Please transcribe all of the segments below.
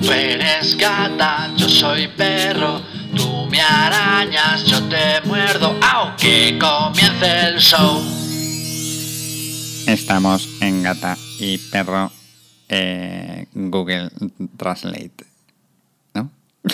Tú eres gata, yo soy perro. Tú me arañas, yo te muerdo. ¡Au! Que comience el show. Estamos en Gata y Perro Google Translate, ¿no?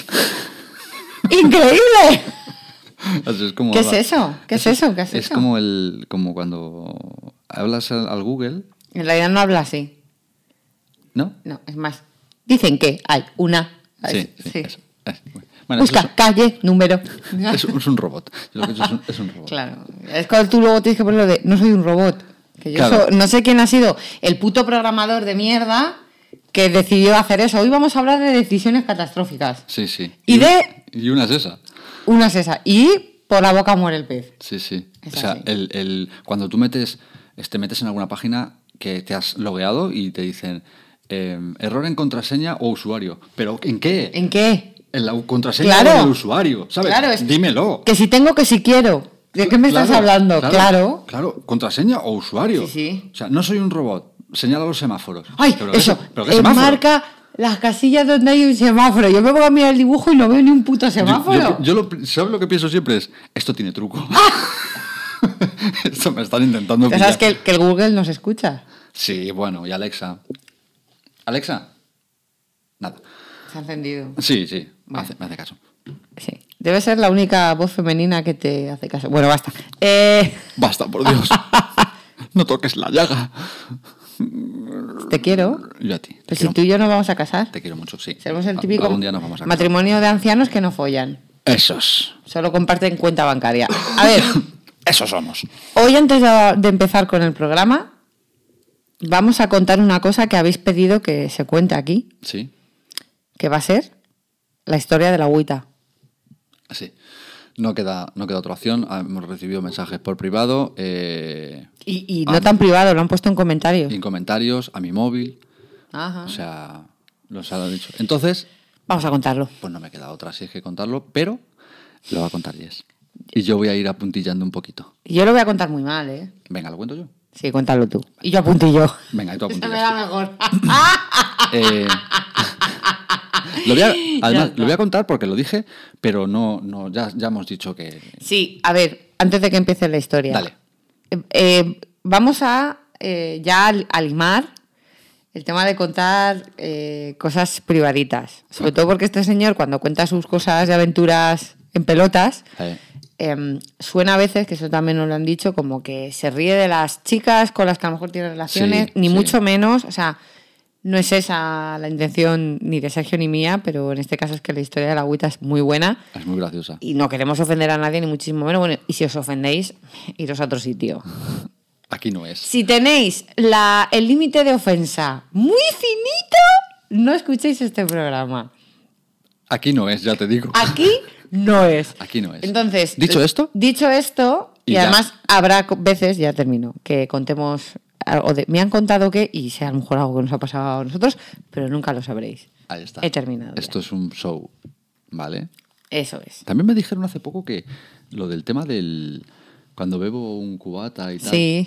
¡Increíble! Así es como ¿Qué es eso? ¿Qué es eso? ¿Qué es Es eso? como cuando hablas al Google, En realidad no habla así. ¿no? No, es más. Dicen que hay una. Sí. Eso. Bueno, Busca eso calle, número. es un robot. Yo lo que he hecho es un robot. Claro. Es cuando tú luego tienes que ponerlo de no soy un robot. Que yo Claro. no sé quién ha sido el puto programador de mierda que decidió hacer eso. Hoy vamos a hablar de decisiones catastróficas. Sí, sí. Y una es esa. Una es esa. Y por la boca muere el pez. Sí, sí. Es o sea, así. cuando tú metes en alguna página que te has logueado y te dicen error en contraseña o usuario. ¿Pero en qué? ¿En qué? En la contraseña Claro. o en el usuario, ¿sabes? Claro, Dímelo. Que si tengo, que si quiero. ¿De qué me estás hablando? Claro. Claro, contraseña o usuario. Sí, sí. O sea, no soy un robot. Señala los semáforos. ¡Ay! ¿Pero Eso. ¿pero qué semáforo? Marca las casillas donde hay un semáforo. Yo me pongo a mirar el dibujo y no veo ni un puto semáforo. ¿Sabes lo que pienso siempre? Esto tiene truco. Esto me están intentando Ya pillar. sabes que el Google nos escucha. Sí, bueno, y Alexa. ¿Alexa? Nada. Se ha encendido. Sí, sí, Bueno. me hace caso. Sí. Debe ser la única voz femenina que te hace caso. Bueno, basta. Basta, por Dios. No toques la llaga. Te quiero. Yo a ti. Pero si tú y yo nos vamos a casar. Te quiero mucho, sí. Seremos el típico Algún día nos vamos a casar. matrimonio de ancianos que no follan. Esos. Solo comparten cuenta bancaria. A ver, Esos somos. hoy antes de empezar con el programa, vamos a contar una cosa que habéis pedido que se cuente aquí, Sí, que va a ser la historia de la agüita. sí. No queda otra opción. Hemos recibido mensajes por privado, Y no tan privado, lo han puesto en comentarios. en comentarios, a mi móvil. Ajá. O sea, los ha dicho. Entonces, Vamos a contarlo. pues no me queda otra si es que contarlo, pero lo va a contar Jess. Y yo voy a ir apuntillando un poquito. Y yo lo voy a contar muy mal, ¿eh? Venga, ¿lo cuento yo? Sí, cuéntalo tú. Y yo apuntillo. Venga, y tú Eso me apuntillas. da mejor. Eh, además, lo voy a contar porque lo dije, pero ya hemos dicho que... Sí, a ver, antes de que empiece la historia. Dale. Vamos a ya a limar el tema de contar cosas privaditas. Sobre todo porque este señor, cuando cuenta sus cosas de aventuras en pelotas, suena a veces, que eso también nos lo han dicho, como que se ríe de las chicas con las que a lo mejor tiene relaciones, Sí, ni sí. mucho menos, o sea, no es esa la intención ni de Sergio ni mía, pero en este caso es que la historia de la agüita es muy buena Es muy graciosa. y no queremos ofender a nadie, ni muchísimo menos. Bueno, y si os ofendéis, iros a otro sitio. Aquí no es. Si tenéis el límite de ofensa muy finito, no escuchéis este programa. Aquí no es, ya te digo. Aquí no es. Aquí no es. Entonces, ¿Dicho esto? Dicho esto, Y y ya. además habrá veces, ya termino, que contemos algo de... Me han contado que, y sea a lo mejor algo que nos ha pasado a nosotros, pero nunca lo sabréis. Ahí está. He terminado. Esto ya. es un show, ¿vale? Eso es. También me dijeron hace poco que lo del tema del... Cuando bebo un cubata y tal... Sí.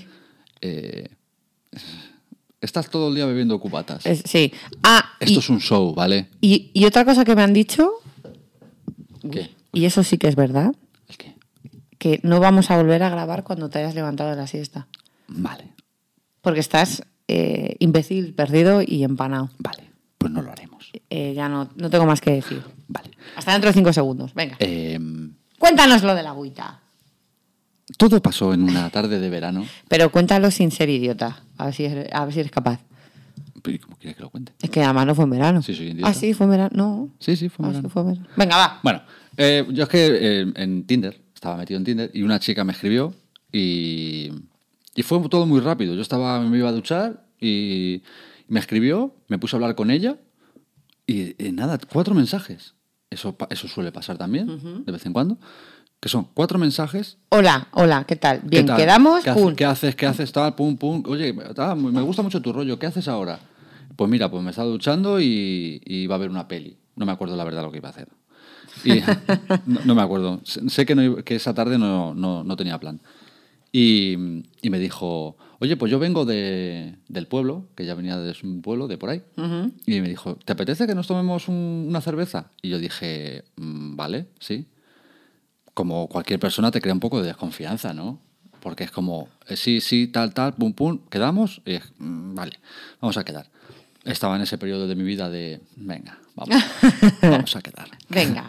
Estás todo el día bebiendo cubatas. Sí. Ah, Esto es un show, ¿vale? y otra cosa que me han dicho, ¿Qué? y eso sí que es verdad, ¿El qué? que no vamos a volver a grabar cuando te hayas levantado de la siesta. Vale, Porque estás imbécil, perdido y empanado. vale. Pues no lo haremos. Ya no tengo más que decir. Vale. Hasta dentro de 5 segundos. Venga. Em, Cuéntanos lo de la agüita. todo pasó en una tarde de verano. Pero cuéntalo sin ser idiota. A ver si eres capaz. Pero, ¿cómo quieres que lo cuente? Es que además no fue en verano. Sí, soy idiota. Ah, sí, fue en verano. No. Sí, sí, fue en Ah, verano. sí, fue en verano. Venga, va. Bueno, yo es que en Tinder, estaba metido en Tinder, y una chica me escribió y fue todo muy rápido. Me iba a duchar y me escribió, me puse a hablar con ella y nada, 4 mensajes. Eso suele pasar también, de vez en cuando. Que son 4 mensajes. Hola, ¿qué tal? Bien, ¿Qué tal? quedamos. ¿Qué Pum. haces? ¿Qué haces? Tal, pum, pum. Oye, me gusta mucho tu rollo. ¿Qué haces ahora? Pues mira, pues me estaba duchando y iba a ver una peli. No me acuerdo la verdad lo que iba a hacer. Y no me acuerdo. Sé que esa tarde no tenía plan. Y me dijo, oye, pues yo vengo del pueblo, que ya venía de un pueblo de por ahí, y me dijo, ¿te apetece que nos tomemos una cerveza? Y yo dije, vale, sí. Como cualquier persona te crea un poco de desconfianza, ¿no? Porque es como, sí, tal, pum, pum, ¿quedamos? Y vale, vamos a quedar. Estaba en ese periodo de mi vida de, venga, vamos a quedar. Venga.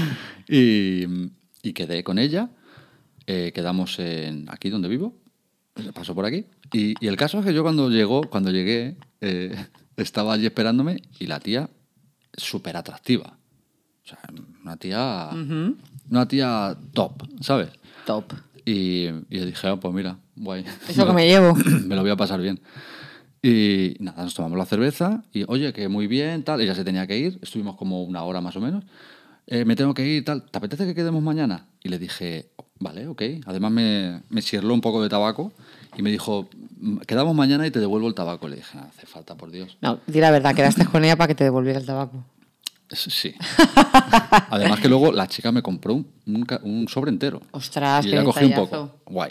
Y quedé con ella, quedamos aquí donde vivo, pasó por aquí. Y el caso es que yo cuando llegué, estaba allí esperándome y la tía súper atractiva. O sea, una tía top, ¿sabes? Top. Y yo dije, pues mira, guay. Eso que me llevo. Me lo voy a pasar bien. Y nada, nos tomamos la cerveza y, oye, que muy bien, tal. Ella se tenía que ir, estuvimos como una hora más o menos. Me tengo que ir, tal. ¿Te apetece que quedemos mañana? Y le dije, vale, ok. Además me chirló un poco de tabaco y me dijo, quedamos mañana y te devuelvo el tabaco. Le dije, no hace falta, por Dios. No, di la verdad, quedaste con ella para que te devolviera el tabaco. Sí. Además que luego la chica me compró un sobre entero. Ostras, y qué ya cogí un detallazo. poco. Guay.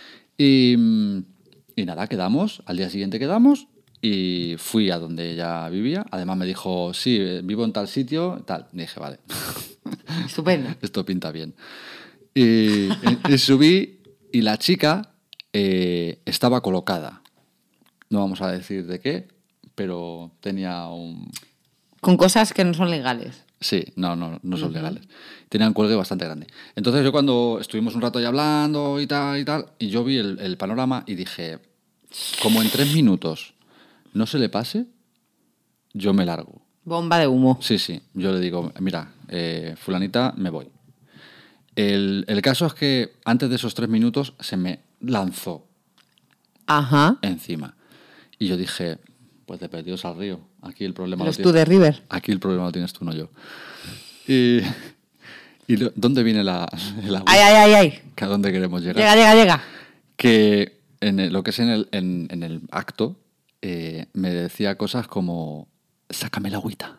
Y nada, quedamos. Al día siguiente quedamos y fui a donde ella vivía. Además me dijo, sí, vivo en tal sitio, tal. Y dije, vale. Estupendo. Esto pinta bien. Y subí y la chica estaba colocada. No vamos a decir de qué, pero tenía un... Con cosas que no son legales. Sí, no son legales. Tenía un cuelgue bastante grande. Entonces yo cuando estuvimos un rato ahí hablando y tal, y yo vi el panorama y dije, como en 3 minutos no se le pase, yo me largo. Bomba de humo. Sí, yo le digo, mira, fulanita, me voy. El caso es que antes de esos 3 minutos se me lanzó Ajá. encima. Y yo dije, pues de perdidos al río. Aquí el problema ¿Eres lo tú tienes. de River? Aquí el problema lo tienes tú, no yo. ¿Y dónde viene la ¡Ay! ¿A dónde queremos llegar? Llega. Que lo que es en el acto me decía cosas como, sácame la agüita.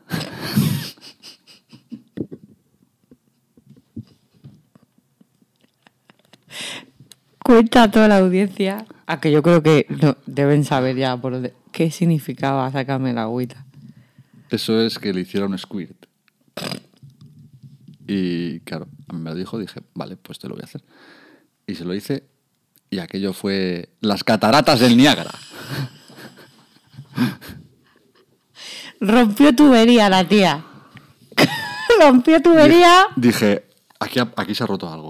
Cuenta a toda la audiencia, a que yo creo que no, deben saber ya qué significaba sacarme la agüita. Eso es que le hiciera un squirt. Y claro, a mí me lo dijo, dije, vale, pues te lo voy a hacer. Y se lo hice y aquello fue las cataratas del Niágara. Rompió tubería la tía. Rompió tubería. Dije, aquí se ha roto algo.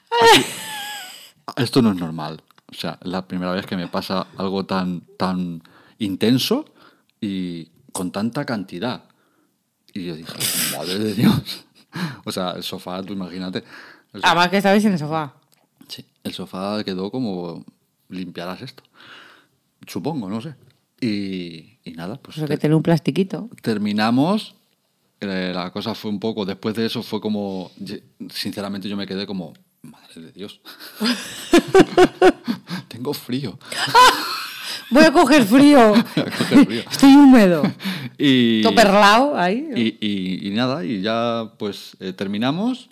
Esto no es normal. O sea, es la primera vez que me pasa algo tan intenso y con tanta cantidad. Y yo dije, madre de Dios. O sea, el sofá, tú imagínate. Además que estabais en el sofá. Sí, el sofá quedó como, limpiarás esto. Supongo, no sé. Y nada, pues Eso que tiene un plastiquito. terminamos. La cosa fue un poco, después de eso fue como, sinceramente yo me quedé como, madre de Dios. Tengo frío. Voy a coger frío. Estoy húmedo. Y, Toperlao ahí. y nada, y ya pues terminamos.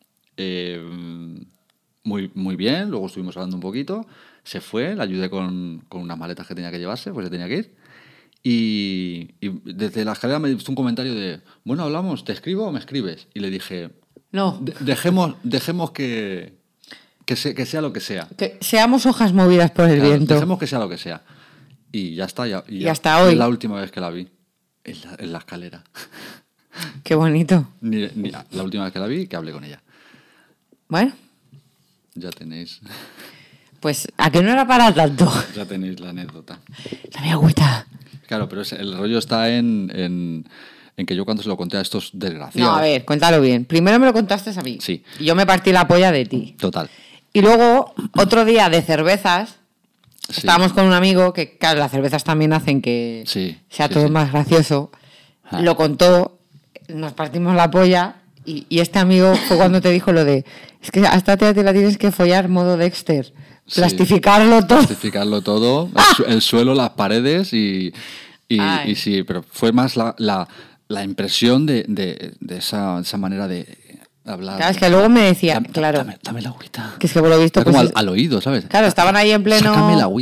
Muy bien, luego estuvimos hablando un poquito. Se fue, le ayudé con unas maletas que tenía que llevarse, pues se tenía que ir. Y desde la escalera me hizo un comentario de, bueno, hablamos, ¿te escribo o me escribes? Y le dije, No. Dejemos que sea lo que sea. Que seamos hojas movidas por el Claro, viento. dejemos que sea lo que sea. Y ya está. Y hasta hoy. Es la última vez que la vi. En la escalera. Qué bonito. Ni la última vez que la vi, que hablé con ella. Bueno, Ya tenéis pues a que no era para tanto. la anécdota. Dame agüita. Claro, pero el rollo está en que yo cuando se lo conté a estos desgraciados... No, a ver, cuéntalo bien. Primero me lo contaste a mí. Sí. Y yo me partí la polla de ti. Total. Y luego, otro día de cervezas, Sí. estábamos con un amigo que, claro, las cervezas también hacen que Sí, sea sí, todo sí. más gracioso. Ah. Lo contó, nos partimos la polla y este amigo fue cuando te dijo lo de, es que a esta tía te la tienes que follar modo Dexter. Sí. Plastificarlo todo. Plastificarlo todo, el suelo, las paredes y sí, pero fue más la impresión de esa manera de hablar. Claro, es que luego me decía, claro, Dame la agüita. que es que por lo visto... Está como pues, al oído, ¿sabes? claro, estaban ahí en pleno... Sácame la agüita.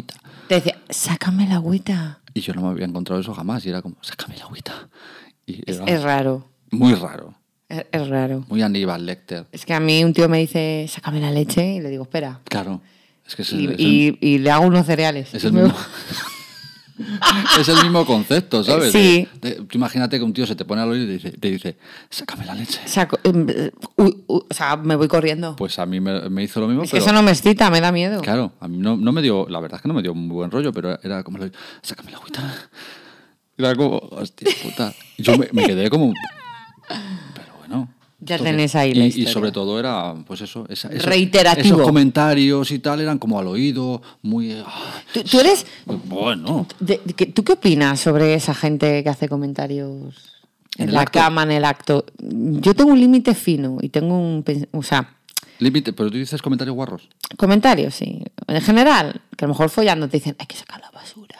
Te decía, sácame la agüita. Y yo no me había encontrado eso jamás. Y era como, sácame la agüita. Y era Es raro. muy raro. Es raro. Muy Aníbal Lecter. Es que a mí un tío me dice, sácame la leche, y le digo, espera. Claro. Es que Y le hago unos cereales. es el mismo. Es el mismo concepto, ¿sabes? Sí. Tú imagínate que un tío se te pone al oído y te dice, sácame la leche. O sea, me voy corriendo. Pues a mí me hizo lo mismo, Es que pero... eso no me excita, me da miedo. Claro, a mí no me dio... La verdad es que no me dio muy buen rollo, pero era como... Sácame la agüita. Era como... Hostia puta. Y yo me quedé como... Pero bueno... Ya tenés ahí la y historia. sobre todo era, pues eso... Reiterativo. Esos comentarios y tal eran como al oído, muy... ¿Tú eres... Bueno... ¿Tú qué opinas sobre esa gente que hace comentarios ¿En en el la acto? cama, en el acto? Yo tengo un límite fino y tengo un... O sea, Límite, pero tú dices comentarios guarros. comentarios, sí. En general, que a lo mejor follando te dicen, hay que sacar la basura.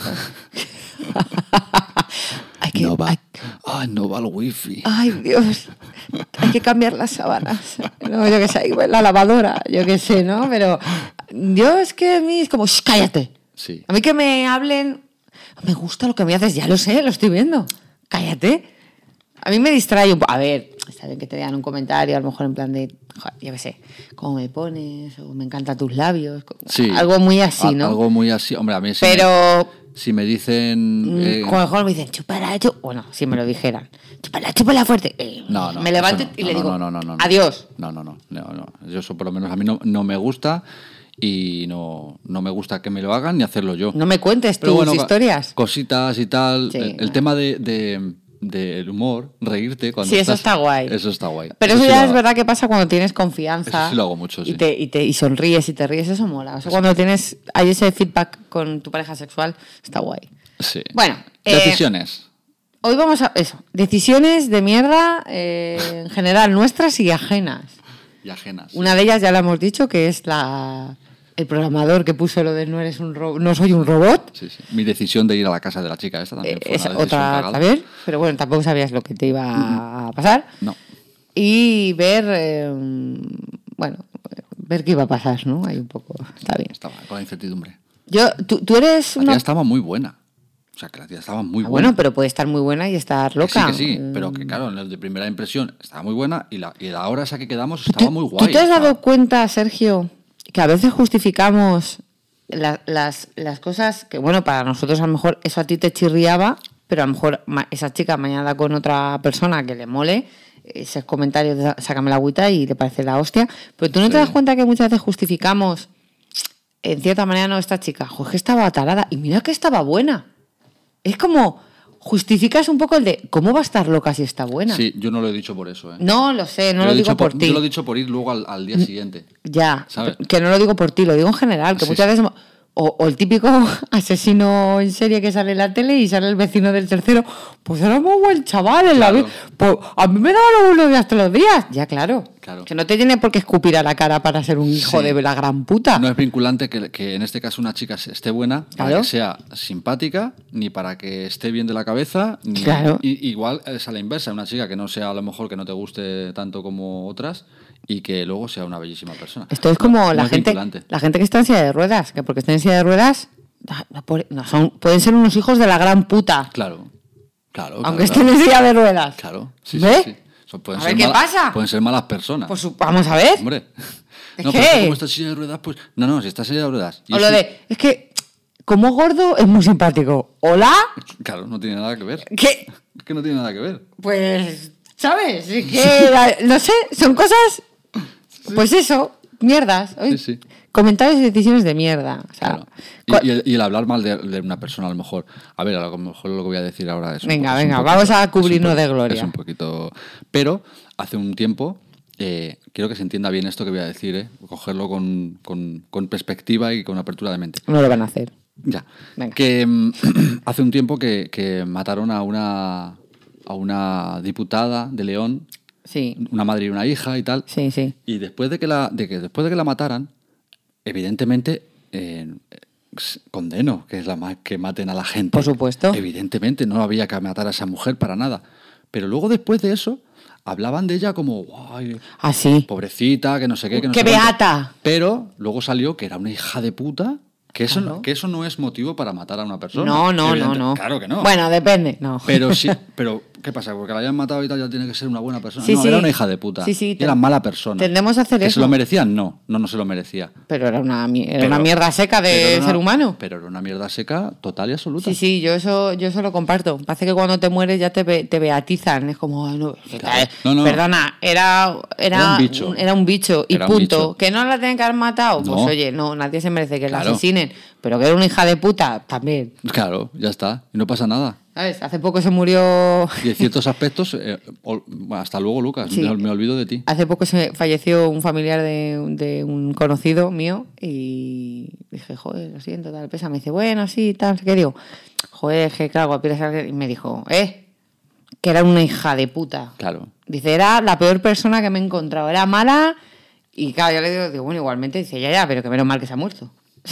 hay que... No va. hay- No va el wifi. Ay, Dios, hay que cambiar las sábanas. No, yo qué sé, la lavadora, yo qué sé, ¿no? Pero yo es que a mí es como, "Shh, cállate". Sí. A mí que me hablen, me gusta lo que me haces, ya lo sé, lo estoy viendo. Cállate. A mí me distrae un poco. A ver, está bien que te digan un comentario, a lo mejor en plan de, joder, yo qué sé, cómo me pones, o me encantan tus labios. Sí. Algo muy así, ¿no? Algo muy así. Hombre, a mí sí. Pero Si me dicen... como mejor me dicen, chúpala, bueno, si me lo dijeran, chúpala fuerte. No, me levanto eso no. y le digo, No. adiós. No. Yo eso por lo menos a mí no me gusta y no me gusta que me lo hagan ni hacerlo yo. No me cuentes Pero tus bueno, historias. cositas y tal. Sí, el no. tema del humor, reírte cuando Sí, eso estás- está guay. Eso está guay. Pero eso sí ya lo es hago. verdad que pasa cuando tienes confianza. Eso sí lo hago mucho, sí. Y sonríes y te ríes, eso mola. O sea, cuando hay ese feedback con tu pareja sexual, está guay. Sí. Bueno, Decisiones. Hoy vamos a eso, decisiones de mierda en general, nuestras y ajenas. Y ajenas. Una de ellas ya la hemos dicho, que es el programador que puso lo de no soy un robot. Sí. Mi decisión de ir a la casa de la chica esta también fue Es una decisión otra cagada. también, pero bueno, tampoco sabías lo que te iba a pasar. No. Y ver, ver qué iba a pasar, ¿no? Ahí un poco, está bien. Estaba con la incertidumbre. Tú eres La una... tía estaba muy buena. O sea, que la tía estaba muy buena. Bueno, pero puede estar muy buena y estar loca. Que sí, pero que claro, en el de primera impresión estaba muy buena y la hora esa que quedamos estaba muy guay. ¿Tú te has estaba- dado cuenta, Sergio, que a veces justificamos las cosas que, bueno, para nosotros a lo mejor eso a ti te chirriaba, pero a lo mejor esa chica mañana con otra persona que le mole, esos comentarios de sácame la agüita y le parece la hostia, pero tú no te Sí. das cuenta que muchas veces justificamos, en cierta manera, no, esta chica, joder, que estaba tarada y mira que estaba buena. Es como, justificas un poco el de, ¿cómo va a estar loca si está buena? Sí, yo no lo he dicho por eso. No lo sé, no Yo lo he digo dicho por ti. Yo lo he dicho por ir luego al día siguiente. Ya, ¿Sabes? que no lo digo por ti, lo digo en general, que Sí, muchas sí. veces... O el típico asesino en serie que sale en la tele y sale el vecino del tercero. Pues era muy buen chaval en la Claro. vida. Pues a mí me daba los buenos días todos los días. Ya, claro. Claro. Que no te tiene por qué escupir a la cara para ser un hijo Sí. de la gran puta. No es vinculante que en este caso una chica esté buena para Claro. que sea simpática, ni para que esté bien de la cabeza. Ni, Claro. Igual es a la inversa, una chica que no sea a lo mejor que no te guste tanto como otras y que luego sea una bellísima persona. Esto es como No la es gente vinculante. que está en silla de ruedas, que porque está en silla de ruedas pueden ser unos hijos de la gran puta, Claro. aunque estén en silla de ruedas. Claro, sí, ¿Ves? sí. Pueden A ser ver, ¿qué pasa? Pueden ser malas personas. Pues vamos a ver. Hombre. ¿Es No, qué? pero es que como está en silla de ruedas, pues. No, si está en silla de ruedas. y O es lo un- de, es que como gordo es muy simpático. ¿Hola? Claro, no tiene nada que ver. ¿Qué? Es que no tiene nada que ver. Pues, ¿sabes? Es que, no sé, son cosas, pues eso, mierdas. Oye, Sí. Comentarios y decisiones de mierda. O sea, Claro. Y el hablar mal de una persona, a lo mejor. A ver, a lo mejor lo que voy a decir ahora es. Venga, es un venga, vamos a cubrirnos es un de gloria. Es un poquito. Pero hace un tiempo. Quiero que se entienda bien esto que voy a decir, cogerlo con perspectiva y con apertura de mente. no lo van a hacer. Ya. Venga. Que hace un tiempo que mataron a una diputada de León, Sí, una madre y una hija y tal. sí, sí. Y después de que la mataran, evidentemente condeno que maten a la gente. Por supuesto. Evidentemente no había que matar a esa mujer para nada. Pero luego después de eso hablaban de ella como guay, Así. pobrecita, que no sé qué, que no ¡Qué sé cuánto". beata! Pero luego salió que era una hija de puta Que eso, Claro. que eso no es motivo para matar a una persona. No. Claro que no. Bueno, depende, no. Pero sí, pero ¿qué pasa? Porque la hayan matado y tal, ya tiene que ser una buena persona. Sí, no, sí. era una hija de puta. Sí, Era mala persona. Tendemos a hacer ¿Que eso. se lo merecían? No se lo merecía. Pero era una Pero- mierda seca pero de era una- ser humano. Pero era una mierda seca total y absoluta. Sí, yo eso lo comparto. Parece que cuando te mueres ya te beatizan. Es como, "Ay, no, Claro. No. perdona, era un bicho. Era un bicho y Era un punto. bicho. ¿Que no la tienen que haber matado? No. Pues oye, no, nadie se merece que la Claro. asesinen. Pero que era una hija de puta, también. Claro, ya está. Y no pasa nada. ¿Sabes? Hace poco se murió... Y en ciertos aspectos, bueno, hasta luego, Lucas. Sí. Me olvido de ti. Hace poco se falleció un familiar de un conocido mío y dije, joder, lo siento, tal, pesa. Me dice, bueno, sí, tal, ¿qué digo? Joder, es que claro, Guapira, y me dijo, que era una hija de puta. Claro. Dice, era la peor persona que me he encontrado, era mala y claro, yo le digo, bueno, igualmente, dice, ya, pero que menos mal que se ha muerto.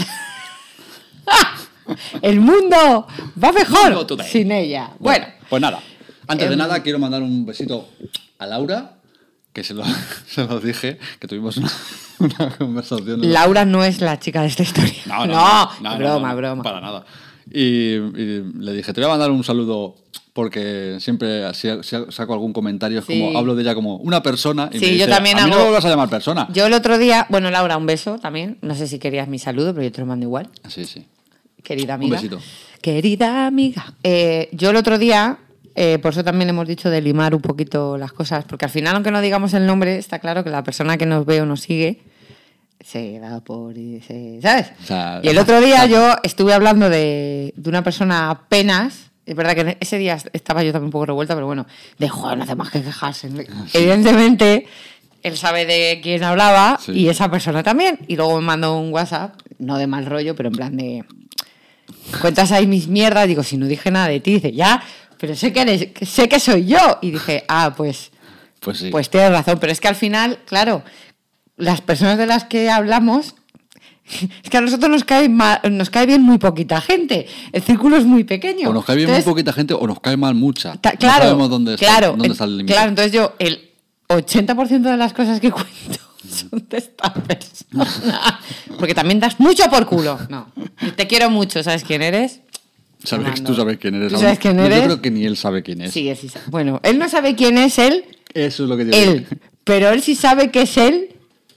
El mundo va mejor Mundo today. sin ella. Bueno, Pues nada. Antes de Em, nada, quiero mandar un besito a Laura, que se lo dije, que tuvimos una conversación. Laura no es la chica de esta historia. No, broma, no, broma. Para nada. Y le dije, te voy a mandar un saludo porque siempre si saco algún comentario, es Sí. como hablo de ella como una persona. Y Sí, me yo dice, también a mí no hago- me vuelvas a llamar persona. Yo el otro día, bueno, Laura, un beso también. No sé si querías mi saludo, pero yo te lo mando igual. Sí, sí. Querida amiga. besito. Querida amiga. Yo el otro día, por eso también hemos dicho de limar un poquito las cosas, porque al final, aunque no digamos el nombre, está claro que la persona que nos ve o nos sigue se da por... ¿Sabes? O sea, Y el otro día yo estuve hablando de una persona apenas. Es verdad que ese día estaba yo también un poco revuelta, pero bueno, de joder, no hace más que quejarse. Evidentemente, él sabe de quién hablaba Sí. y esa persona también. Y luego me mandó un WhatsApp, no de mal rollo, pero en plan de... Cuentas ahí mis mierdas, digo, si no dije nada de ti, dice, ya, pero sé que soy yo. Y dije, pues sí. pues tienes razón, pero es que al final, claro, las personas de las que hablamos, es que a nosotros nos cae bien muy poquita gente. El círculo es muy pequeño. O nos cae bien Entonces, muy poquita gente o nos cae mal mucha. Claro, no sabemos dónde está el límite. Claro, entonces yo, el 80% de las cosas que cuento son de esta persona. Porque también das mucho por culo. No, te quiero mucho, ¿sabes quién eres? Tú sabes quién eres. ¿Tú sabes quién No, eres? Yo creo que ni él sabe quién es. Sí, él sí sabe. Bueno, él no sabe quién es él, Eso es lo que tiene. él, pero él sí sabe que es él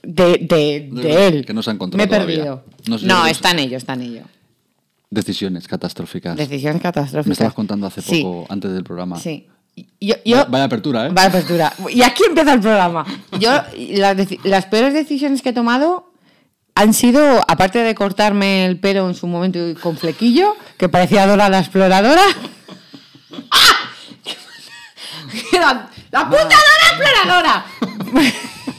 de él. Que no se ha encontrado Me he todavía. perdido. No sé, No, yo- está en ello. Decisiones catastróficas. Decisiones catastróficas. Me estabas contando hace Sí, poco, antes del programa. Sí. Yo, Vaya apertura, ¿eh? Vaya apertura. Y aquí empieza el programa. Yo, las peores decisiones que he tomado han sido, aparte de cortarme el pelo en su momento con flequillo, que parecía Dora la exploradora. ¡Ah! ¡La puta Dora exploradora!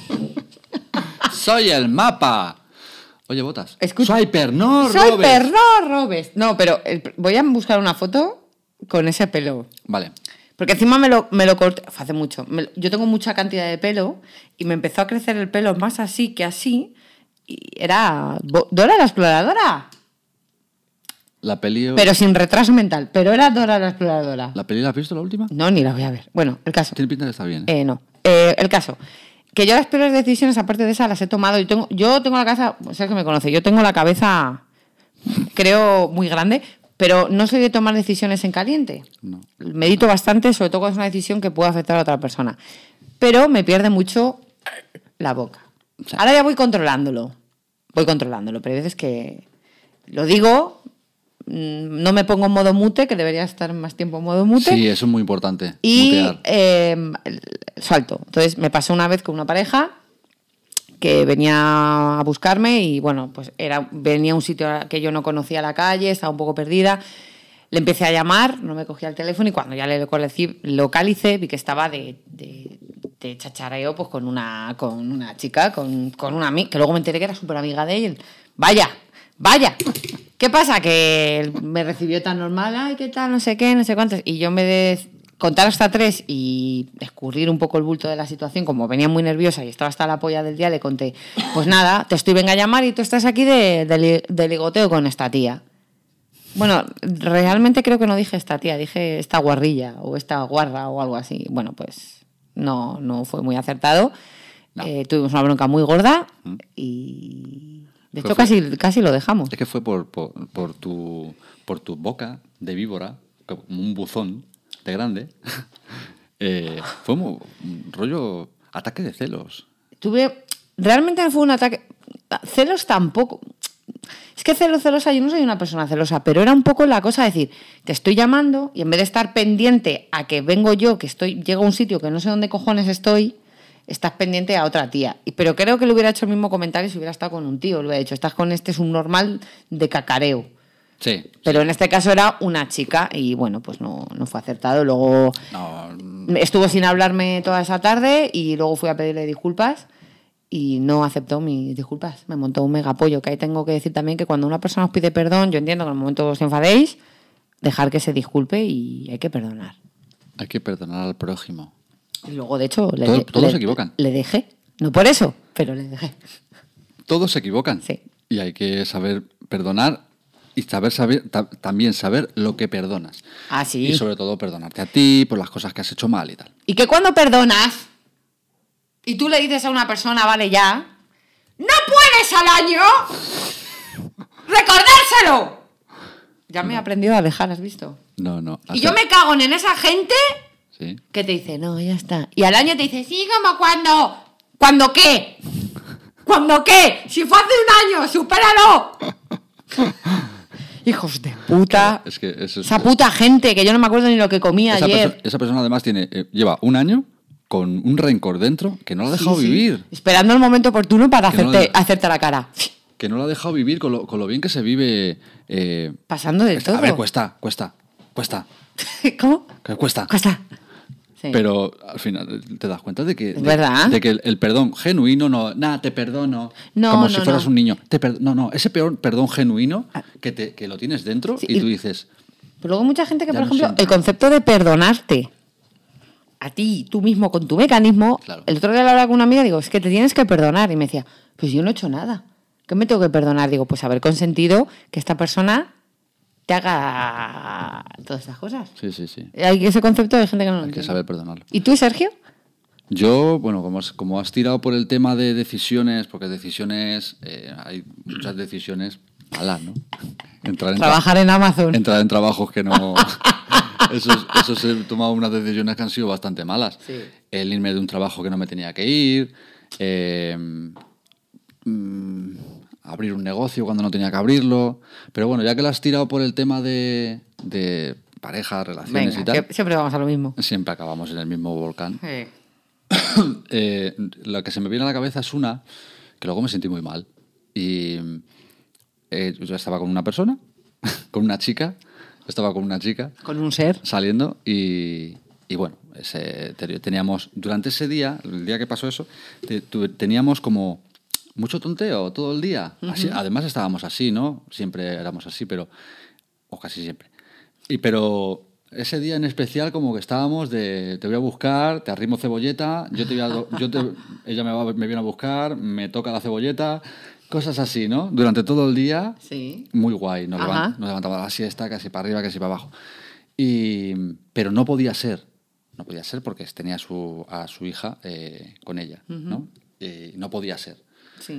¡Soy el mapa! Oye, Botas. Escucha- Swiper, no Soy robes. perro, robes. No, pero voy a buscar una foto con ese pelo. Vale. Porque encima me lo corté, hace mucho. Yo tengo mucha cantidad de pelo y me empezó a crecer el pelo más así que así. Y era Dora la exploradora. La peli... Pero sin retraso mental. Pero era Dora la exploradora. ¿La peli la has visto, la última? No, ni la voy a ver. Bueno, el caso. Tiene pinta que está bien. ¿eh? No. El caso. Que yo las peores decisiones, aparte de esas, las he tomado. Yo tengo la cabeza, sabes que me conoce, yo tengo la cabeza, creo, muy grande, pero no soy de tomar decisiones en caliente. No. Medito bastante, sobre todo cuando es una decisión que puede afectar a otra persona. Pero me pierde mucho la boca. Sí. Ahora ya voy controlándolo, pero hay veces que lo digo, no me pongo en modo mute, que debería estar más tiempo en modo mute. Sí, eso es muy importante. Y mutear. salto. Entonces me pasó una vez con una pareja que venía a buscarme y bueno, pues venía a un sitio que yo no conocía la calle, estaba un poco perdida. Le empecé a llamar, no me cogía el teléfono y cuando ya le localicé vi que estaba de chachareo pues con una chica, con una amiga, que luego me enteré que era súper amiga de él. Vaya. ¿Qué pasa? Que me recibió tan normal, ay, ¿qué tal? No sé qué, no sé cuántos. Y yo en vez de contar hasta 3 y escurrir un poco el bulto de la situación, como venía muy nerviosa y estaba hasta la polla del día, le conté, pues nada, te venga a llamar y tú estás aquí de ligoteo con esta tía. Bueno, realmente creo que no dije esta tía, dije esta guarrilla o esta guarra o algo así. Bueno, pues no fue muy acertado. No. Tuvimos una bronca muy gorda y De hecho, casi lo dejamos. Es que fue por tu boca de víbora, como un buzón de grande. Fue un rollo ataque de celos. Realmente fue un ataque... Celos tampoco... Es que celosa, yo no soy una persona celosa, pero era un poco la cosa de decir, te estoy llamando y en vez de estar pendiente a que vengo yo, llego a un sitio que no sé dónde cojones estoy, estás pendiente a otra tía. Pero creo que le hubiera hecho el mismo comentario si hubiera estado con un tío. Le hubiera dicho, estás con este subnormal de cacareo. Sí. Pero en este caso era una chica y bueno, pues no fue acertado. Luego estuvo sin hablarme toda esa tarde y luego fui a pedirle disculpas y no aceptó mis disculpas. Me montó un megapollo, que ahí tengo que decir también que cuando una persona os pide perdón, yo entiendo que en el momento os enfadéis, dejar que se disculpe y hay que perdonar. Hay que perdonar al prójimo. Y luego, de hecho, todos se equivocan. Le dejé. No por eso, pero le dejé. Todos se equivocan. Sí. Y hay que saber perdonar y también saber lo que perdonas. Ah, sí. Y sobre todo perdonarte a ti por las cosas que has hecho mal y tal. Y que cuando perdonas y tú le dices a una persona, vale, ya, ¡no puedes al año recordárselo! Ya me he aprendido a alejar, ¿has visto? No. Y yo me cago en esa gente ¿Sí? que te dice, no, ya está. Y al año te dice, sí, como cuando. ¿Cuándo qué? ¿Cuándo qué? Si fue hace un año, supéralo. Hijos de puta. Es que esa puta gente que yo no me acuerdo ni lo que comía ayer. Esa persona además lleva un año con un rencor dentro que no la ha dejado vivir. Esperando el momento oportuno para hacerte la cara. Que no la ha dejado vivir con lo bien que se vive. Pasando de todo. A ver, cuesta. ¿Cómo? Que cuesta. Sí. Pero al final te das cuenta de que, ¿verdad? Que el perdón genuino te perdono, no, como si fueras un niño. Ese perdón genuino que lo tienes dentro y tú dices... Pero luego mucha gente que, por ejemplo, el concepto de perdonarte a ti, tú mismo, con tu mecanismo... Claro. El otro día le hablaba con una amiga y digo, es que te tienes que perdonar. Y me decía, pues yo no he hecho nada. ¿Qué me tengo que perdonar? Digo, pues haber consentido que esta persona te haga todas estas cosas. Sí. Hay ese concepto de gente que no lo Hay entiende. que saber perdonarlo. ¿Y tú, Sergio? Yo, bueno, como has tirado por el tema de decisiones, porque decisiones, hay muchas decisiones malas, ¿no? Trabajar en Amazon. Entrar en trabajos que no... Eso se he tomado unas decisiones que han sido bastante malas. Sí. El irme de un trabajo que no me tenía que ir, abrir un negocio cuando no tenía que abrirlo. Pero bueno, ya que lo has tirado por el tema de pareja, relaciones y tal... Siempre vamos a lo mismo. Siempre acabamos en el mismo volcán. Sí. Lo que se me viene a la cabeza es una que luego me sentí muy mal. Y yo estaba con una persona, con una chica, Con un ser. saliendo y bueno, teníamos, durante ese día, el día que pasó eso, teníamos como mucho tonteo todo el día. Así, además estábamos así, ¿no? Siempre éramos así, o casi siempre. Pero ese día en especial como que estábamos te voy a buscar, te arrimo cebolleta, ella me viene a buscar, me toca la cebolleta, cosas así, ¿no? Durante todo el día, sí. Muy guay. Nos levantaba a la siesta, casi para arriba, casi para abajo. Pero no podía ser porque tenía a su hija con ella, ¿no? No podía ser. Sí.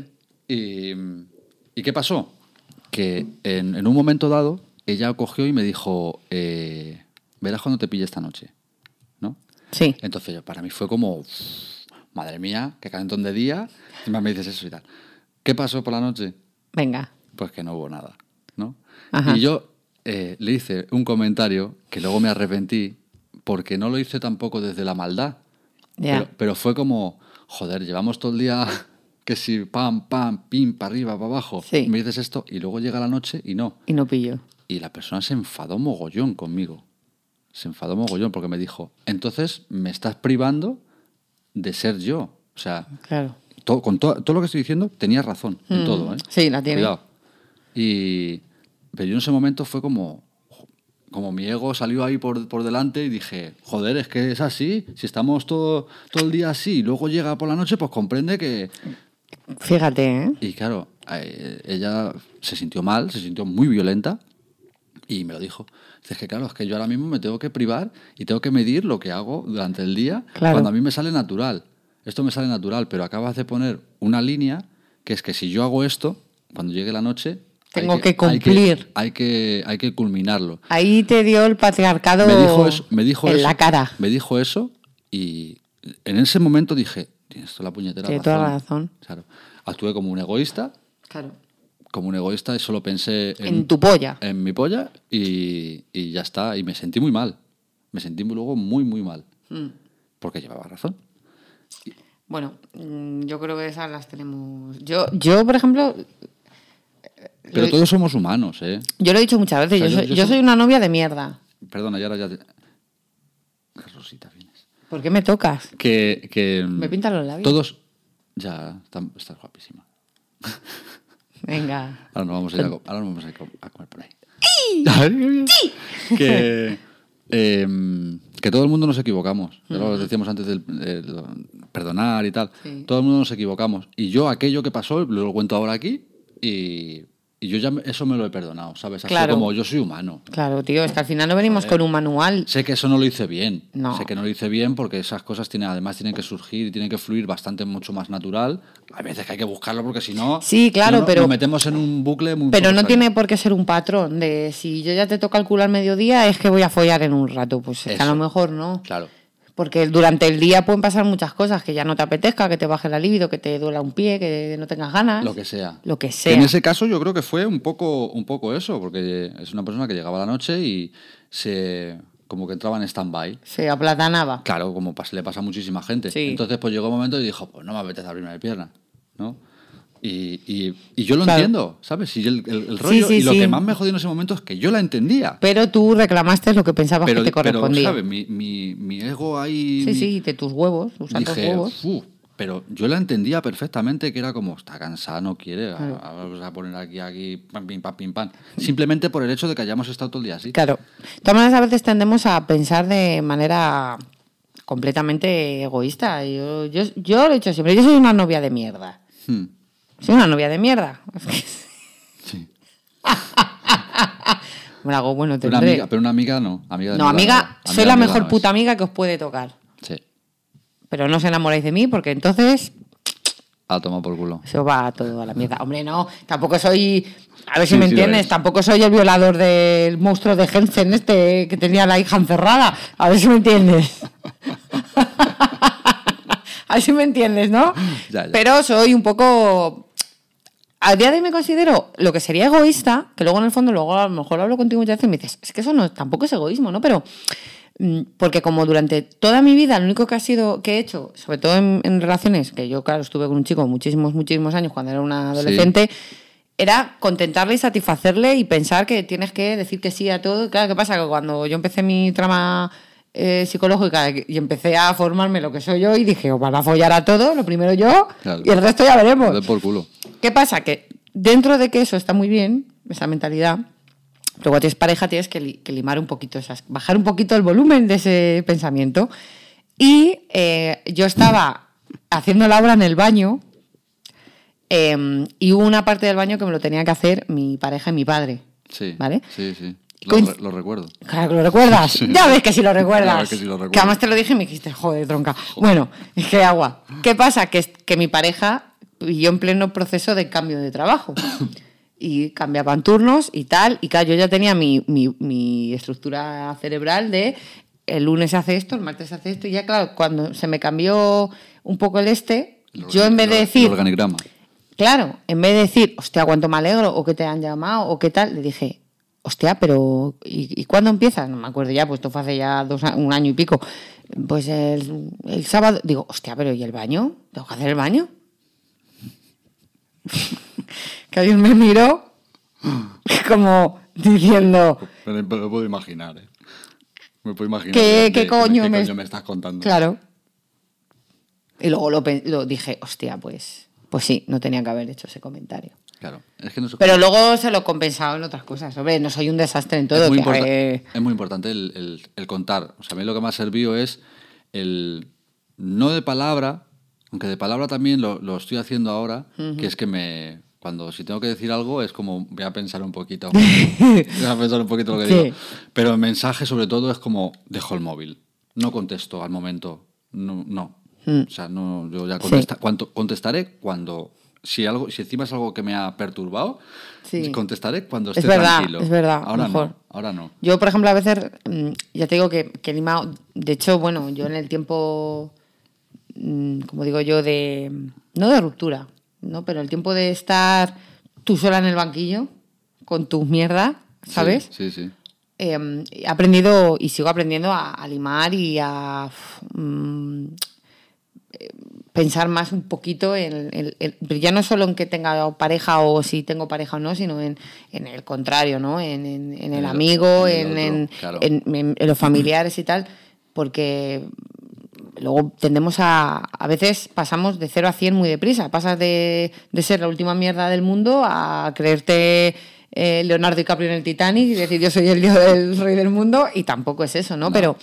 ¿Y qué pasó? Que en un momento dado ella cogió y me dijo, verás cuando te pille esta noche, ¿no? Sí. Entonces para mí fue como, madre mía, qué calentón de día, y me dices eso y tal. ¿Qué pasó por la noche? Venga. Pues que no hubo nada, ¿no? Ajá. Y yo le hice un comentario que luego me arrepentí porque no lo hice tampoco desde la maldad. Yeah. Pero fue como, joder, llevamos todo el día que si pam, pim, para arriba, para abajo. Sí. Me dices esto y luego llega la noche y no. Y no pillo. Y la persona se enfadó mogollón conmigo. Se enfadó mogollón porque me dijo, entonces me estás privando de ser yo. O sea, claro. Con todo lo que estoy diciendo, tenías razón en todo, ¿eh? Sí, la tiene. Cuidado. Pero yo en ese momento fue como mi ego salió ahí por delante y dije, joder, es que es así. Si estamos todo el día así y luego llega por la noche, pues comprende que... Fíjate, ¿eh? Y claro, ella se sintió mal, se sintió muy violenta y me lo dijo. Dice que claro, es que yo ahora mismo me tengo que privar y tengo que medir lo que hago durante el día cuando a mí me sale natural. Esto me sale natural, pero acabas de poner una línea que es que si yo hago esto, cuando llegue la noche... Tengo que cumplir. Hay que culminarlo. Ahí te dio el patriarcado en la cara. Me dijo eso y en ese momento dije, tienes toda la puñetera razón. Toda la razón. Claro. Actué como un egoísta. Claro. Como un egoísta y solo pensé en tu polla. En mi polla y ya está. Y me sentí muy mal. Me sentí luego muy, muy mal. Porque llevaba razón. Bueno, yo creo que esas las tenemos... Yo por ejemplo... Pero todos somos humanos, ¿eh? Yo lo he dicho muchas veces. O sea, yo soy una novia de mierda. Perdona, y ahora ya te... Rosita, vienes. ¿Por qué me tocas? Que me pintan los labios. Todos... Ya, estás guapísima. Venga. Ahora nos vamos a ir a comer por ahí. ¡Sí! Que todo el mundo nos equivocamos. Ya lo decíamos antes del perdonar y tal. Sí. Todo el mundo nos equivocamos. Y yo aquello que pasó lo cuento ahora aquí y yo ya eso me lo he perdonado, ¿sabes? Así claro. Como yo soy humano. Claro, tío, es que al final no venimos con un manual. Sé que eso no lo hice bien. No. Sé que no lo hice bien porque esas cosas además tienen que surgir y tienen que fluir mucho más natural. Hay veces que hay que buscarlo porque si no... Sí, claro, pero... Nos metemos en un bucle muy... Pero no tiene por qué ser un patrón de si yo ya te toca el culo al mediodía es que voy a follar en un rato. Pues es que a lo mejor no. Claro. Porque durante el día pueden pasar muchas cosas, que ya no te apetezca, que te baje la libido, que te duela un pie, que no tengas ganas. Lo que sea. Lo que sea. En ese caso yo creo que fue un poco eso, porque es una persona que llegaba a la noche y como que entraba en stand-by. Se aplatanaba. Claro, como le pasa a muchísima gente. Sí. Entonces pues llegó un momento y dijo, pues no me apetece abrirme de pierna, ¿no? Y yo lo entiendo, ¿sabes? Y el rollo, y lo que más me jodió en ese momento es que yo la entendía. Pero tú reclamaste lo que pensabas que te correspondía. Pero, ¿sabes? Mi ego ahí... Sí, de tus huevos, tus santos huevos. Pero yo la entendía perfectamente, que era como, está cansada, no quiere, vamos a poner aquí, pim, pam. Simplemente por el hecho de que hayamos estado todo el día así. Claro. De todas maneras, a veces tendemos a pensar de manera completamente egoísta. Yo lo he dicho siempre, yo soy una novia de mierda. Soy una novia de mierda. Sí. Me la hago, bueno, tendré. Pero una amiga no. Amiga, soy la mejor puta amiga que os puede tocar. Sí. Pero no os enamoráis de mí porque entonces... A tomar por culo. Eso va todo a la mierda. Hombre, no, tampoco soy... A ver si me entiendes, tampoco soy el violador del monstruo de Hensen que tenía la hija encerrada. A ver si me entiendes. A ver si me entiendes, ¿no? Ya. Pero soy un poco... A día de hoy me considero lo que sería egoísta, que luego en el fondo, a lo mejor hablo contigo muchas veces y me dices, es que eso no, tampoco es egoísmo, ¿no? Pero... Porque como durante toda mi vida lo único que he hecho, sobre todo en relaciones, que yo claro estuve con un chico muchísimos años cuando era una adolescente, era contentarle y satisfacerle y pensar que tienes que decir que sí a todo. Claro, ¿qué pasa? Que cuando yo empecé mi trama psicológica y empecé a formarme lo que soy yo y dije, os van a follar a todo, lo primero yo, claro, y el resto ya veremos. De por culo. ¿Qué pasa? Que dentro de que eso está muy bien, esa mentalidad... Pero cuando tienes pareja tienes que limar un poquito bajar un poquito el volumen de ese pensamiento. Y yo estaba haciendo la obra en el baño y hubo una parte del baño que me lo tenía que hacer mi pareja y mi padre. Sí, ¿vale? Sí. Lo recuerdo. Claro que lo recuerdas. Sí. Ya ves que sí lo recuerdas. Que sí lo recuerdo. Que además te lo dije y me dijiste, joder, tronca. Bueno, es que agua. ¿Qué pasa? Que mi pareja y yo en pleno proceso de cambio de trabajo. Y cambiaban turnos y tal. Y claro, yo ya tenía mi estructura cerebral de el lunes se hace esto, el martes se hace esto. Y ya, claro, cuando se me cambió un poco yo en vez de decir... El organigrama. Claro, en vez de decir, hostia, cuánto me alegro, o que te han llamado, o qué tal, le dije, hostia, pero ¿y cuándo empiezas? No me acuerdo ya, pues esto fue hace ya un año y pico. Pues el sábado, digo, hostia, pero ¿y el baño? ¿Tengo que hacer el baño? Que alguien me miró como diciendo... Me lo puedo imaginar, ¿eh? Me puedo imaginar. ¿Qué coño me estás contando? Claro. Y luego lo dije, hostia, pues sí, no tenía que haber hecho ese comentario. Claro, es que no se... Pero luego se lo he compensado en otras cosas. Hombre, no soy un desastre en todo. Es muy importante el contar. O sea, a mí lo que me ha servido es el... No de palabra... Aunque de palabra también lo estoy haciendo ahora, que es que si tengo que decir algo es como voy a pensar un poquito. Voy a pensar un poquito lo que digo. Pero el mensaje sobre todo es como dejo el móvil. No contesto al momento. No. O sea, no, yo ya contestaré cuando si encima es algo que me ha perturbado, Sí. contestaré cuando Es esté verdad, tranquilo. es verdad, Ahora mejor. no, ahora no. Yo, por ejemplo, a veces, ya te digo que he limado. De hecho, bueno, yo en el tiempo, como digo yo, no de ruptura, ¿no? Pero el tiempo de estar tú sola en el banquillo con tus mierdas, ¿sabes? Sí. He aprendido y sigo aprendiendo a limar y a pensar más un poquito pero ya no solo en que tenga pareja o si tengo pareja o no, sino en el contrario, ¿no? En el amigo, en el otro, claro. en los familiares y tal, porque luego tendemos a veces pasamos de 0 a 100 muy deprisa, pasas de ser la última mierda del mundo a creerte Leonardo DiCaprio en el Titanic y decir yo soy el rey del mundo, y tampoco es eso, ¿no? Pero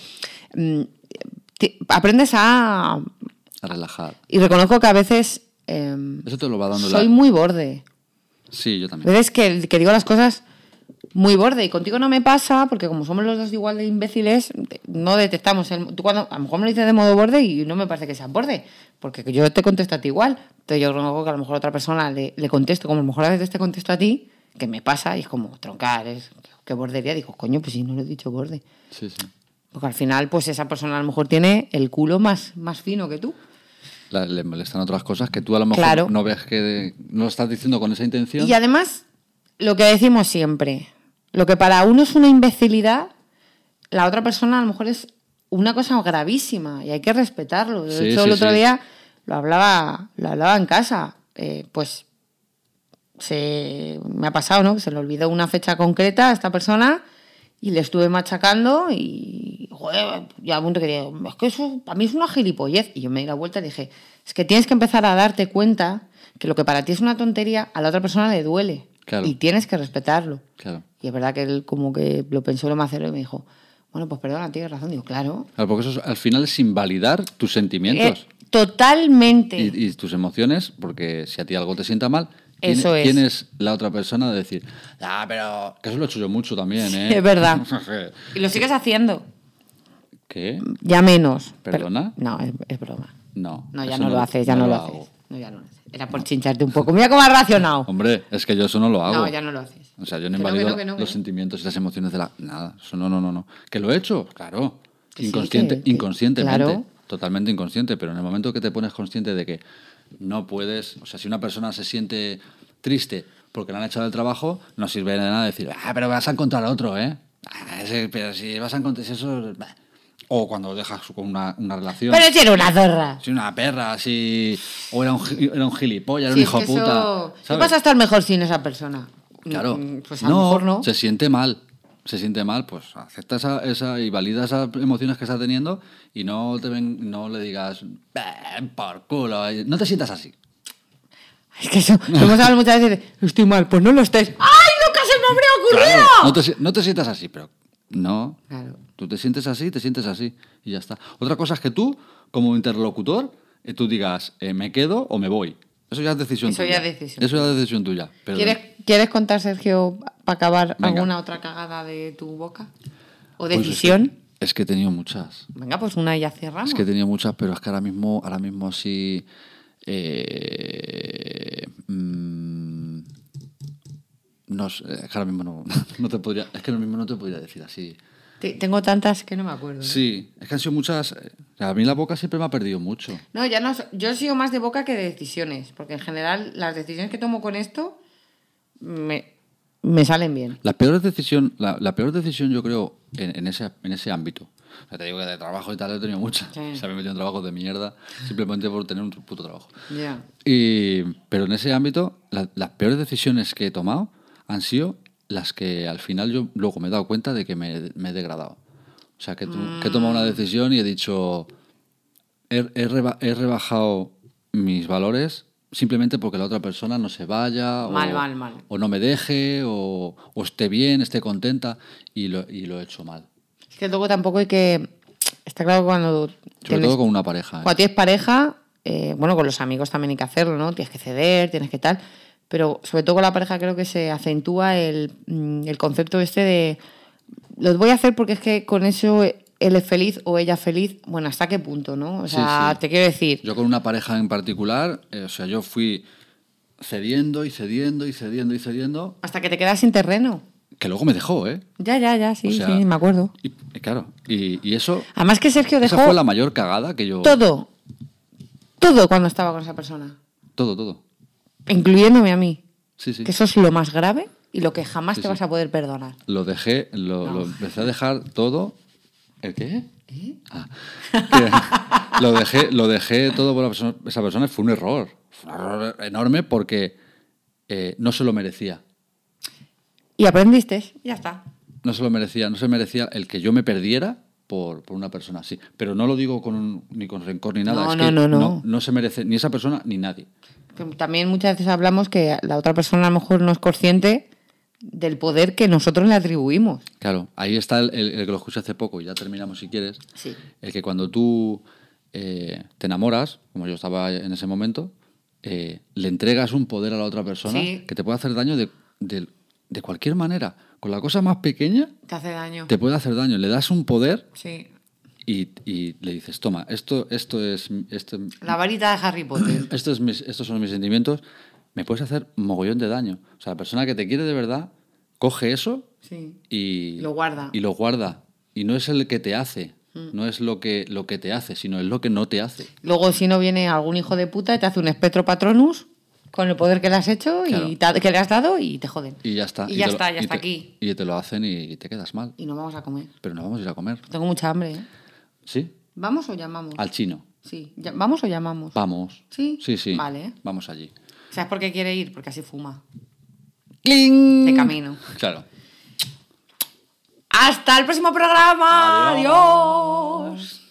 aprendes a relajar. Y reconozco que a veces eso te lo va dando soy muy borde. Sí, yo también. A veces que digo las cosas muy borde, y contigo no me pasa porque como somos los dos igual de imbéciles, no detectamos tú cuando a lo mejor me lo dices de modo borde y no me parece que sea borde, porque yo te contesto a ti igual. Entonces yo reconozco que a lo mejor a otra persona le contesto como a lo mejor a veces te contesto a ti, que me pasa y es como troncar, qué bordería. Digo, coño, pues si no lo he dicho borde. Sí. Porque al final pues esa persona a lo mejor tiene el culo más fino que tú. Le molestan otras cosas que tú a lo mejor no ves que no lo estás diciendo con esa intención. Y además, lo que decimos siempre, lo que para uno es una imbecilidad, la otra persona a lo mejor es una cosa gravísima y hay que respetarlo. De hecho, el otro día lo hablaba en casa. Pues me ha pasado, ¿no? Que se le olvidó una fecha concreta a esta persona y le estuve machacando y, joder, ya a punto que digo, es que eso para mí es una gilipollez. Y yo me di la vuelta y dije, es que tienes que empezar a darte cuenta que lo que para ti es una tontería, a la otra persona le duele. Claro. Y tienes que respetarlo. Claro. Y es verdad que él como que lo pensó lo más cero y me dijo, bueno, pues perdona, tienes razón. Digo, claro. Claro, porque eso al final es invalidar tus sentimientos. Totalmente. Y tus emociones, porque si a ti algo te sienta mal, ¿quién es la otra persona de decir, pero que eso lo he hecho yo mucho también, ¿eh? Es verdad. Y lo sigues haciendo. ¿Qué? Ya menos. ¿Perdona? No, es broma. No, ya no lo haces, ya no lo haces. No, ya no lo haces. Era por chincharte un poco. Mira cómo has racionado. Hombre, es que yo eso no lo hago. No, ya no lo haces. O sea, yo no invalido los sentimientos y las emociones de nada. Eso no. ¿Que lo he hecho? Claro. Inconscientemente. Claro. Totalmente inconsciente. Pero en el momento que te pones consciente de que no puedes... O sea, si una persona se siente triste porque le han echado el trabajo, no sirve de nada decir, pero vas a encontrar otro, ¿eh? Pero si vas a encontrar... Eso... O cuando dejas con una relación. Pero si era una zorra. Si una perra, si... O era un gilipollas, era un hijo puta. ¿Qué vas a estar mejor sin esa persona? Claro. Pues a lo mejor no. Se siente mal, pues acepta esa y valida esas emociones que está teniendo y no le digas, ven por culo, no te sientas así. Es que eso, lo hemos hablado muchas veces, estoy mal, pues no lo estés. ¡Ay, nunca se me habría ocurrido! Claro, no te sientas así, pero no. Claro. Tú te sientes así y ya está. Otra cosa es que tú, como interlocutor, tú digas, me quedo o me voy. Eso ya es decisión tuya. Eso ya es decisión tuya. Pero ¿Quieres contar, Sergio, para acabar, venga, alguna otra cagada de tu boca? ¿O decisión? Pues es que he tenido muchas. Venga, pues una y ya cerramos. Es que he tenido muchas, pero es que ahora mismo sí... no sé, es que ahora mismo no te podría... Es que ahora mismo no te podría decir así. Tengo tantas que no me acuerdo. Sí, es que han sido muchas... A mí la boca siempre me ha perdido mucho. No, ya no... Yo he sido más de boca que de decisiones, porque en general las decisiones que tomo con esto me salen bien. La peor decisión yo creo en ese ámbito. O sea, te digo que de trabajo y tal he tenido muchas. Sí. Se me he metido en trabajos de mierda simplemente por tener un puto trabajo. Ya. Pero en ese ámbito, las peores decisiones que he tomado han sido las que al final yo luego me he dado cuenta de que me he degradado. O sea, que he tomado una decisión y he dicho, he rebajado mis valores simplemente porque la otra persona no se vaya Mal. o no me deje o esté bien, esté contenta y lo he hecho mal. Es que luego tampoco hay que... Está claro que cuando... Sobre todo con una pareja. Cuando tienes pareja, bueno, con los amigos también hay que hacerlo, ¿no? Tienes que ceder, tienes que tal... Pero sobre todo con la pareja creo que se acentúa el concepto de lo voy a hacer porque es que con eso él es feliz o ella es feliz. Bueno, ¿hasta qué punto, no? O sea, sí. Te quiero decir... Yo con una pareja en particular, o sea, yo fui cediendo y cediendo y cediendo y cediendo, Hasta que te quedas sin terreno. que luego me dejó, ¿eh? Ya, sí, O sea, sí, me acuerdo. Y claro, y eso... Además que Sergio Esa dejó fue la mayor cagada que yo... todo cuando estaba con esa persona. Todo. Incluyéndome a mí. Sí, sí. Que eso es lo más grave y lo que jamás Sí, te sí. vas a poder perdonar. Lo dejé, lo No. empecé a dejar todo. ¿El qué? ¿Eh? Ah, que lo dejé todo por esa persona y fue un error. Fue un error enorme porque no se lo merecía. Y aprendiste, ya está. No se merecía el que yo me perdiera por una persona así. Pero no lo digo ni con rencor ni nada. No, es que no. no se merece ni esa persona ni nadie. Que también muchas veces hablamos que la otra persona a lo mejor no es consciente del poder que nosotros le atribuimos. Claro, ahí está el que lo escuché hace poco, y ya terminamos si quieres. Sí. El que cuando tú te enamoras, como yo estaba en ese momento, le entregas un poder a la otra persona Sí. que te puede hacer daño de cualquier manera. Con la cosa más pequeña Te hace daño. te puede hacer daño. Le das un poder Sí. y le dices, toma, esto es La varita de Harry Potter. estos son mis sentimientos, me puedes hacer mogollón de daño. O sea, la persona que te quiere de verdad coge eso Sí. y Lo guarda. Y lo guarda. Y no es el que te hace, no es lo que te hace, sino es lo que no te hace. Luego, si no viene algún hijo de puta y te hace un espectro patronus con el poder que le has hecho Claro. y que le has dado y te joden. Y ya está. Y ya te lo- está, ya y está te- aquí. Y te lo hacen y te quedas mal. Y no vamos a comer. Pero no vamos a ir a comer. Tengo mucha hambre, ¿eh? ¿Sí? ¿Vamos o llamamos? Al chino. Sí. ¿Vamos o llamamos? Vamos. ¿Sí? Sí. Vale. Vamos allí. ¿Sabes por qué quiere ir? Porque así fuma. ¡Cling! De camino. Claro. ¡Hasta el próximo programa! Adiós. ¡Adiós!